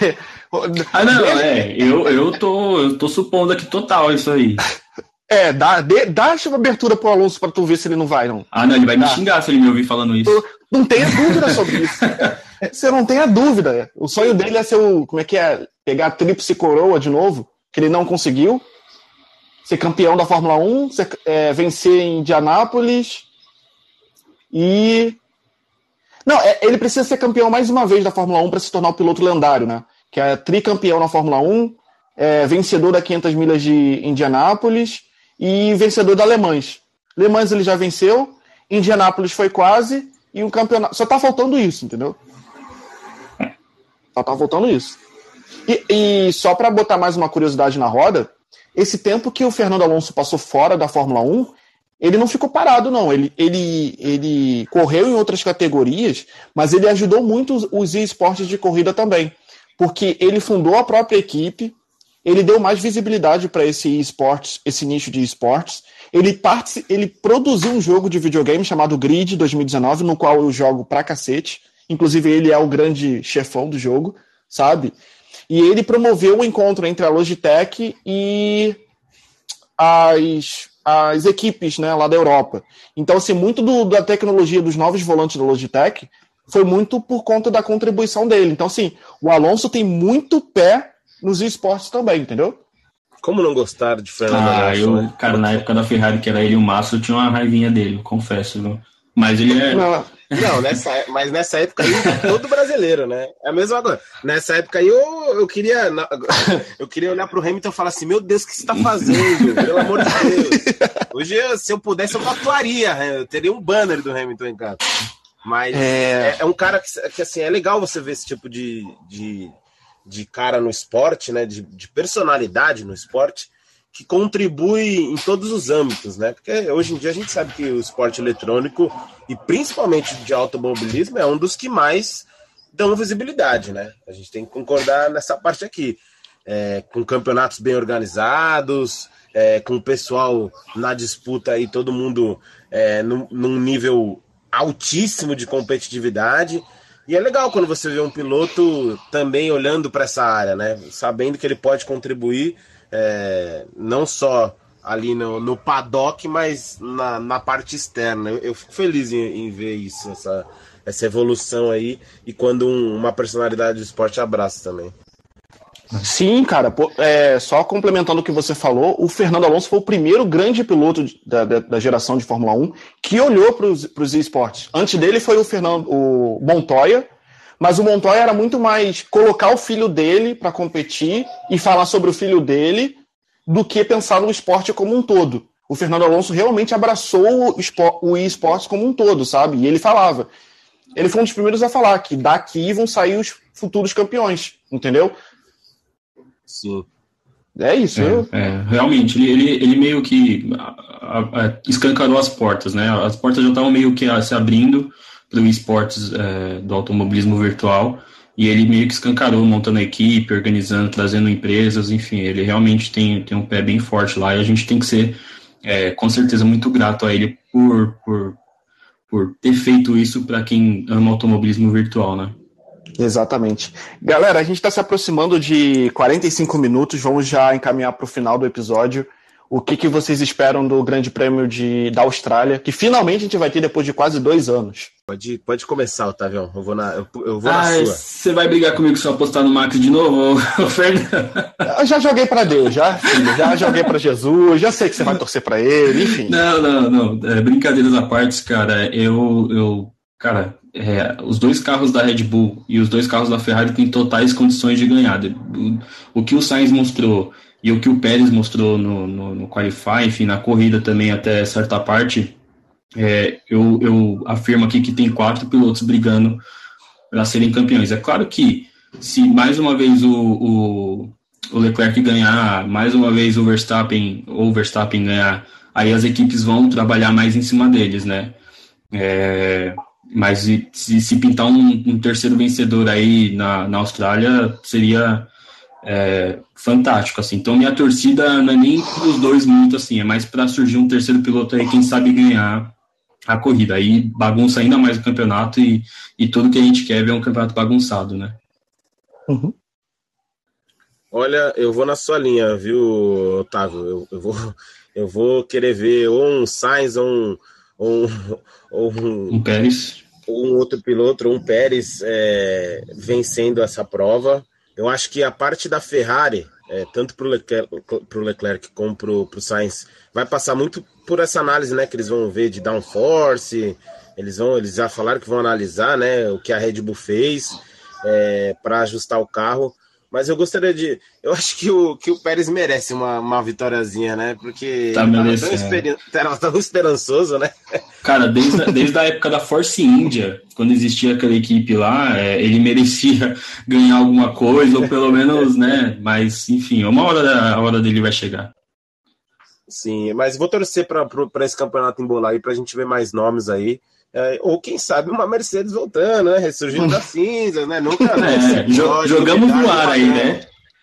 eu tô supondo aqui total isso aí. Dá a abertura pro Alonso para tu ver se ele não vai, não. Não, ele vai me xingar se ele me ouvir falando isso. Não tenha dúvida sobre isso. Você não tenha dúvida. O sonho dele é ser pegar a tríplice coroa de novo, que ele não conseguiu. Ser campeão da Fórmula 1, vencer em Indianápolis e... Não, ele precisa ser campeão mais uma vez da Fórmula 1 para se tornar o piloto lendário, né? Que é tricampeão na Fórmula 1, vencedor da 500 milhas de Indianápolis e vencedor da Le Mans. Le Mans ele já venceu, Indianápolis foi quase, e o campeonato... Só tá faltando isso, entendeu? Só tá faltando isso. E só para botar mais uma curiosidade na roda, esse tempo que o Fernando Alonso passou fora da Fórmula 1, ele não ficou parado, não. Ele correu em outras categorias, mas ele ajudou muito os esportes de corrida também, porque ele fundou a própria equipe, ele deu mais visibilidade para esse esportes, esse nicho de esportes. Ele produziu um jogo de videogame chamado Grid 2019, no qual eu jogo pra cacete. Inclusive, ele é o grande chefão do jogo, sabe? E ele promoveu o encontro entre a Logitech e as equipes, né, lá da Europa. Então, assim, muito da tecnologia dos novos volantes da Logitech foi muito por conta da contribuição dele. Então, assim, o Alonso tem muito pé nos esportes também, entendeu? Como não gostar de Fernando Alonso? Né? Cara, na época da Ferrari, que era ele e o Massa, eu tinha uma raivinha dele, confesso, viu? Mas ele é... Não, nessa época aí, todo brasileiro, né? É a mesma coisa. Nessa época aí, eu queria olhar pro Hamilton e falar assim, meu Deus, o que você tá fazendo? Pelo amor de Deus. Hoje, se eu pudesse, eu tatuaria, eu teria um banner do Hamilton em casa. Mas é um cara que, assim, é legal você ver esse tipo de cara no esporte, né? De personalidade no esporte, que contribui em todos os âmbitos, né? Porque hoje em dia a gente sabe que o esporte eletrônico, e principalmente de automobilismo, é um dos que mais dão visibilidade, né? A gente tem que concordar nessa parte aqui. Com campeonatos bem organizados, com o pessoal na disputa aí, todo mundo num nível altíssimo de competitividade. E é legal quando você vê um piloto também olhando para essa área, né? Sabendo que ele pode contribuir não só ali no paddock, mas na parte externa. Eu fico feliz em ver isso, essa evolução aí, e quando uma personalidade do esporte abraça também. Sim, cara, só complementando o que você falou, o Fernando Alonso foi o primeiro grande piloto da geração de Fórmula 1 que olhou para os esportes. Antes dele foi o Montoya, mas o Montoya era muito mais colocar o filho dele para competir e falar sobre o filho dele do que pensar no esporte como um todo. O Fernando Alonso realmente abraçou o esportes como um todo, sabe? E ele falava. Ele foi um dos primeiros a falar que daqui vão sair os futuros campeões, entendeu? Sim. É isso. Realmente, ele meio que escancarou as portas, né? As portas já estavam meio que se abrindo para o esportes do automobilismo virtual, e ele meio que escancarou, montando a equipe, organizando, trazendo empresas, enfim, ele realmente tem um pé bem forte lá, e a gente tem que ser, com certeza, muito grato a ele por ter feito isso para quem ama automobilismo virtual, né? Exatamente. Galera, a gente está se aproximando de 45 minutos, vamos já encaminhar para o final do episódio. O que vocês esperam do Grande Prêmio da Austrália, que finalmente a gente vai ter depois de quase 2 anos? Pode começar, Otavião. Eu vou na sua. Você vai brigar comigo se eu apostar no Max de novo, Fernando? Eu já joguei para Deus, já joguei para Jesus, já sei que você vai torcer para ele, enfim. Não. Brincadeiras à parte, cara, os 2 carros da Red Bull e os 2 carros da Ferrari têm totais condições de ganhar. O que o Sainz mostrou e o que o Pérez mostrou no Qualify, enfim, na corrida também até certa parte, eu afirmo aqui que tem 4 pilotos brigando para serem campeões. É claro que se mais uma vez o Leclerc ganhar, mais uma vez o Verstappen ganhar, aí as equipes vão trabalhar mais em cima deles, né? Mas se pintar um terceiro vencedor aí na Austrália, seria fantástico, assim. Então minha torcida não é nem os 2 muito, assim, é mais para surgir um terceiro piloto aí, quem sabe ganhar a corrida, aí bagunça ainda mais o campeonato, e tudo que a gente quer é ver um campeonato bagunçado, né? Uhum. Olha, eu vou na sua linha, viu, Otávio? Eu vou querer ver ou um Sainz ou um Pérez, ou um outro piloto, ou um Pérez vencendo essa prova. Eu acho que a parte da Ferrari, tanto para o Leclerc como para o Sainz, vai passar muito por essa análise, né, que eles vão ver de downforce. Eles já falaram que vão analisar, né, o que a Red Bull fez para ajustar o carro. Mas eu gostaria eu acho que o Pérez merece uma vitóriazinha, né? Porque tava tão esperançoso, né? Cara, desde a época da Force India, quando existia aquela equipe lá, ele merecia ganhar alguma coisa, ou pelo menos, né? Mas, enfim, a hora dele vai chegar. Sim, mas vou torcer para esse campeonato embolar aí, para a gente ver mais nomes aí. Ou quem sabe uma Mercedes voltando, né? Ressurgindo das cinzas, né? Nunca, né? Jogamos no ar aí, né?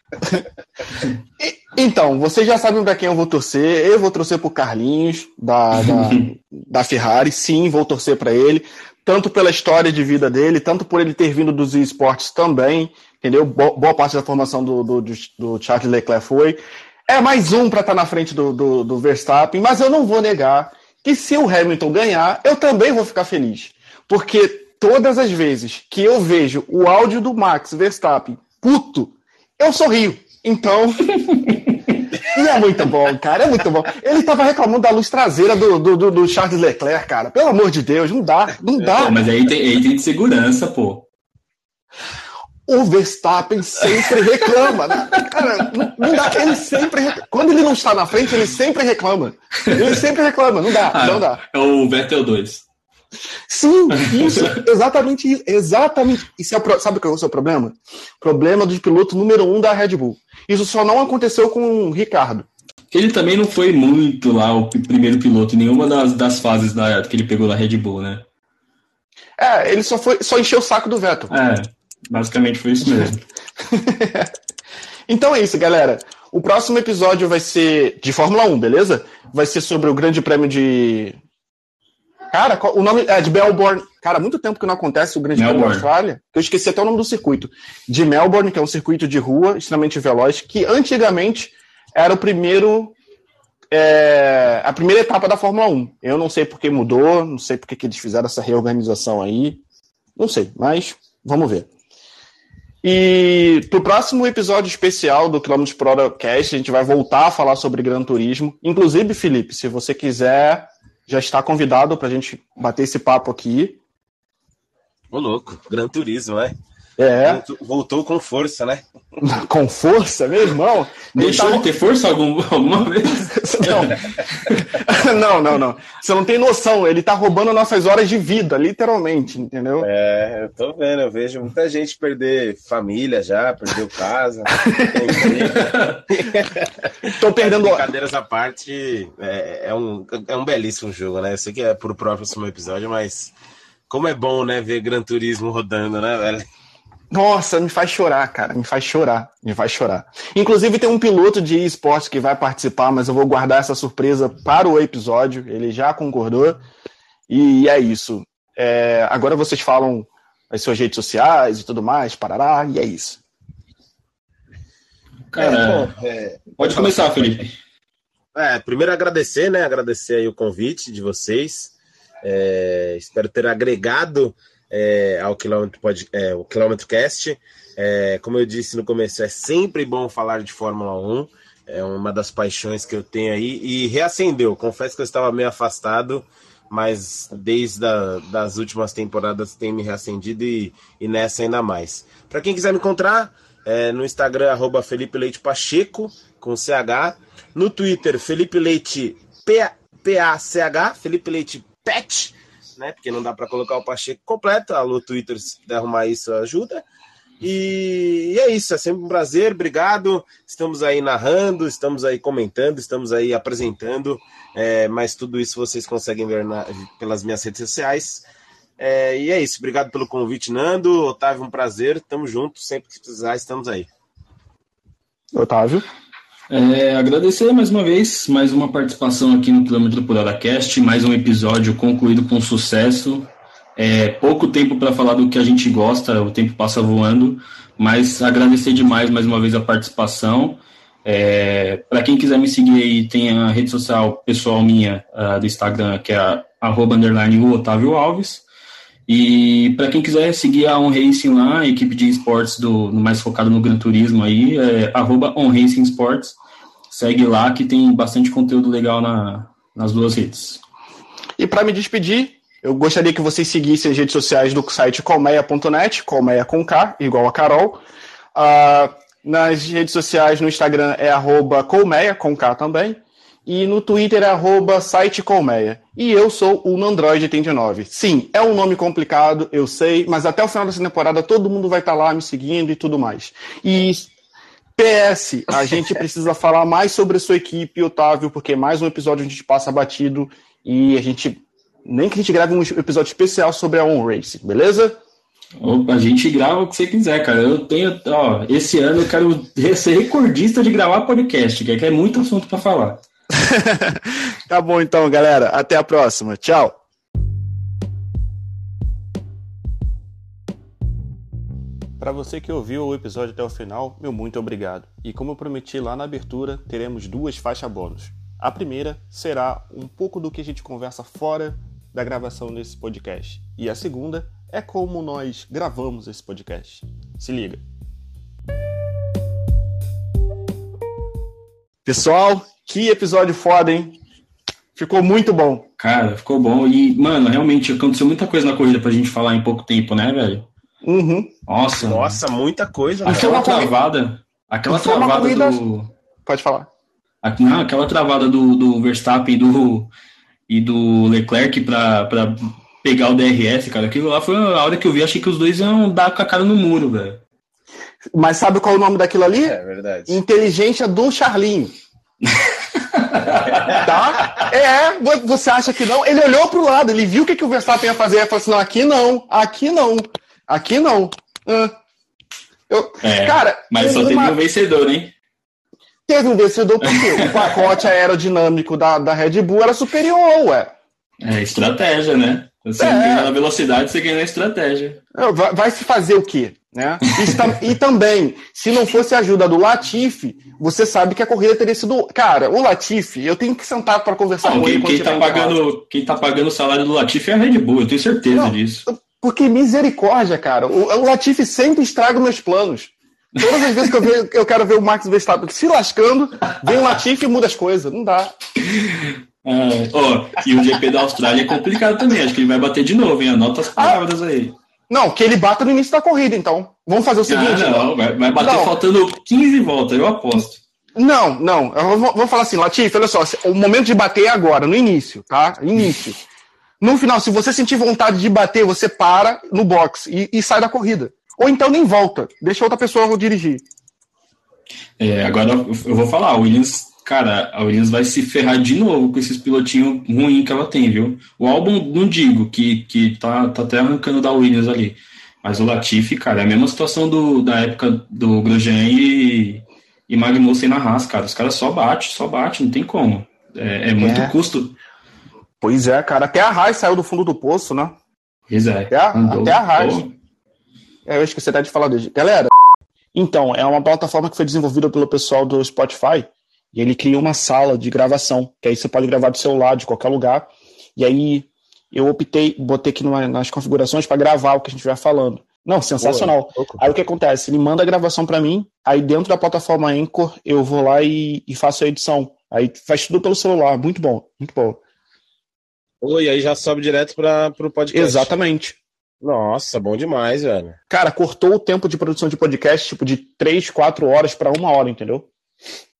Então, vocês já sabem para quem eu vou torcer. Eu vou torcer pro Carlinhos, da Ferrari. Sim, vou torcer para ele. Tanto pela história de vida dele, tanto por ele ter vindo dos esportes também. Entendeu? Boa parte da formação do Charles Leclerc foi. É mais um para estar na frente do Verstappen, mas eu não vou negar que se o Hamilton ganhar, eu também vou ficar feliz. Porque todas as vezes que eu vejo o áudio do Max Verstappen puto, eu sorrio. Então, e é muito bom, cara, é muito bom. Ele tava reclamando da luz traseira do Charles Leclerc, cara. Pelo amor de Deus, não dá. Pô, mas aí tem segurança, pô. O Verstappen sempre reclama, né? Cara, não dá. Ele sempre reclama. Quando ele não está na frente, ele sempre reclama. Não dá. É o Vettel 2. Sim, isso, exatamente isso. Exatamente. Sabe qual é o seu problema? Problema do piloto número 1 da Red Bull. Isso só não aconteceu com o Ricardo. Ele também não foi muito lá o primeiro piloto em nenhuma das fases que ele pegou na Red Bull, né? Ele só encheu o saco do Vettel. Basicamente foi isso mesmo. Então é isso, galera. O próximo episódio vai ser de Fórmula 1, beleza? Vai ser sobre o Grande Prêmio de... Cara, o nome é de Melbourne. Cara, há muito tempo que não acontece o Grande Prêmio da Austrália. Eu esqueci até o nome do circuito. De Melbourne, que é um circuito de rua extremamente veloz, que antigamente era a primeira etapa da Fórmula 1. Eu não sei por que mudou, não sei por que eles fizeram essa reorganização aí. Não sei, mas vamos ver. E pro próximo episódio especial do Quilômetros por Hora Cast, a gente vai voltar a falar sobre Gran Turismo. Inclusive, Felipe, se você quiser, já está convidado pra gente bater esse papo aqui. Ô, louco, Gran Turismo, né? Voltou com força, né? Com força, meu irmão? Deixou de ter força alguma vez? Não. Você não tem noção. Ele tá roubando nossas horas de vida, literalmente, entendeu? Eu tô vendo. Eu vejo muita gente perder família já, perdeu casa. Tô perdendo... Brincadeiras à parte, é um belíssimo jogo, né? Eu sei que é pro próximo episódio, mas como é bom, né, ver Gran Turismo rodando, né, velho? Nossa, me faz chorar, cara. Me faz chorar. Inclusive, tem um piloto de esportes que vai participar, mas eu vou guardar essa surpresa para o episódio. Ele já concordou. E é isso. Agora vocês falam as suas redes sociais e tudo mais, parará, e é isso. Cara, pode começar, Felipe. Primeiro agradecer, né? Agradecer aí o convite de vocês. Espero ter agregado ao o Quilômetro Cast. Como eu disse no começo, é sempre bom falar de Fórmula 1, é uma das paixões que eu tenho aí, e reacendeu. Confesso que eu estava meio afastado, mas desde das últimas temporadas tem me reacendido e nessa ainda mais. Para quem quiser me encontrar, no Instagram, @FelipeLeitePacheco, com CH, no Twitter, Felipe Leite PACH, Felipe Leite Pet, né? Porque não dá para colocar o Pacheco completo. Alô, Twitter, se puder arrumar isso, ajuda. E é isso, é sempre um prazer, obrigado. Estamos aí narrando, estamos aí comentando, estamos aí apresentando, mas tudo isso vocês conseguem ver pelas minhas redes sociais. E é isso, obrigado pelo convite, Nando. Otávio, um prazer, tamo junto, sempre que precisar, estamos aí. Otávio? Agradecer mais uma vez, mais uma participação aqui no Quilômetro por Hora Cast, mais um episódio concluído com sucesso. Pouco tempo para falar do que a gente gosta, o tempo passa voando, mas agradecer demais mais uma vez a participação. Para quem quiser me seguir aí, tem a rede social pessoal minha do Instagram, que é @_Otávio Alves. E para quem quiser seguir a On Racing lá, a equipe de esportes mais focado no Gran Turismo aí, @OnRacing Sports. Segue lá que tem bastante conteúdo legal nas duas redes. E para me despedir, eu gostaria que vocês seguissem as redes sociais do site colmeia.net, colmeia com K, igual a Carol. Nas redes sociais, no Instagram é @colmeia, com K também. E no Twitter é @sitecolmeia. E eu sou o Nandroid89. Sim, é um nome complicado, eu sei, mas até o final dessa temporada todo mundo vai estar lá me seguindo e tudo mais. E PS, a gente precisa falar mais sobre a sua equipe, Otávio, porque mais um episódio a gente passa batido e a gente... Nem que a gente grave um episódio especial sobre a On Racing, beleza? A gente grava o que você quiser, cara. Eu tenho, esse ano eu quero ser recordista de gravar podcast, que é muito assunto para falar. Tá bom então, galera. Até a próxima. Tchau. Para você que ouviu o episódio até o final, meu muito obrigado. E como eu prometi lá na abertura, teremos 2 faixas bônus. A primeira será um pouco do que a gente conversa fora da gravação desse podcast. E a segunda é como nós gravamos esse podcast. Se liga. Pessoal, que episódio foda, hein? Ficou muito bom. Cara, ficou bom. E, mano, realmente aconteceu muita coisa na corrida pra gente falar em pouco tempo, né, velho? Uhum. Nossa, muita coisa. Aquela travada corrida... do... Pode falar. Aquela travada do Verstappen e do Leclerc pra pegar o DRS, cara. Aquilo lá foi a hora que eu vi, achei que os dois iam dar com a cara no muro, velho. Mas sabe qual é o nome daquilo ali? É verdade. Inteligência do Charlinho. Tá? Você acha que não? Ele olhou pro lado, ele viu o que o Verstappen ia fazer e falou assim, não, aqui não. Cara, mas só teve um vencedor, hein? Teve um vencedor porque o pacote aerodinâmico da Red Bull era superior, ué. É estratégia, né? Você ganha na velocidade, você ganha na estratégia. Vai se fazer o quê? Né? E também, se não fosse a ajuda do Latifi, você sabe que a corrida teria sido... Cara, o Latifi, eu tenho que sentar para conversar com ele. Quem tá pagando o salário do Latifi é a Red Bull, eu tenho certeza disso. Porque misericórdia, cara. O Latifi sempre estraga meus planos. Todas as vezes que eu quero ver o Max Verstappen se lascando, vem o Latifi e muda as coisas. Não dá. E o GP da Austrália é complicado também. Acho que ele vai bater de novo, hein? Anota as palavras aí. Não, que ele bata no início da corrida, então. Vamos fazer o seguinte. Vai bater faltando 15 voltas, eu aposto. Não. Eu vou falar assim, Latifi, olha só. O momento de bater é agora, no início, tá? Início. No final, se você sentir vontade de bater, você para no box e sai da corrida. Ou então nem volta. Deixa outra pessoa dirigir. Agora eu vou falar, a Williams vai se ferrar de novo com esses pilotinhos ruins que ela tem, viu? O Albon, não digo, que tá até arrancando da Williams ali. Mas o Latifi, cara, é a mesma situação da época do Grosjean e Magnussen na Haas, cara. Os caras só bate, não tem como. É muito custo. Pois é, cara. Até a Haas saiu do fundo do poço, né? Pois é. Até a Haas. Eu esqueci até de falar dele. Galera, então, é uma plataforma que foi desenvolvida pelo pessoal do Spotify e ele cria uma sala de gravação, que aí você pode gravar do celular, de qualquer lugar. E aí eu botei aqui nas configurações para gravar o que a gente vai falando. Não, sensacional. Aí o que acontece? Ele manda a gravação para mim, aí dentro da plataforma Anchor eu vou lá e faço a edição. Aí faz tudo pelo celular. Muito bom, muito bom. E aí já sobe direto pro podcast. Exatamente. Nossa, bom demais, velho. Cara, cortou o tempo de produção de podcast, tipo, de 3, 4 horas para 1 hora, entendeu?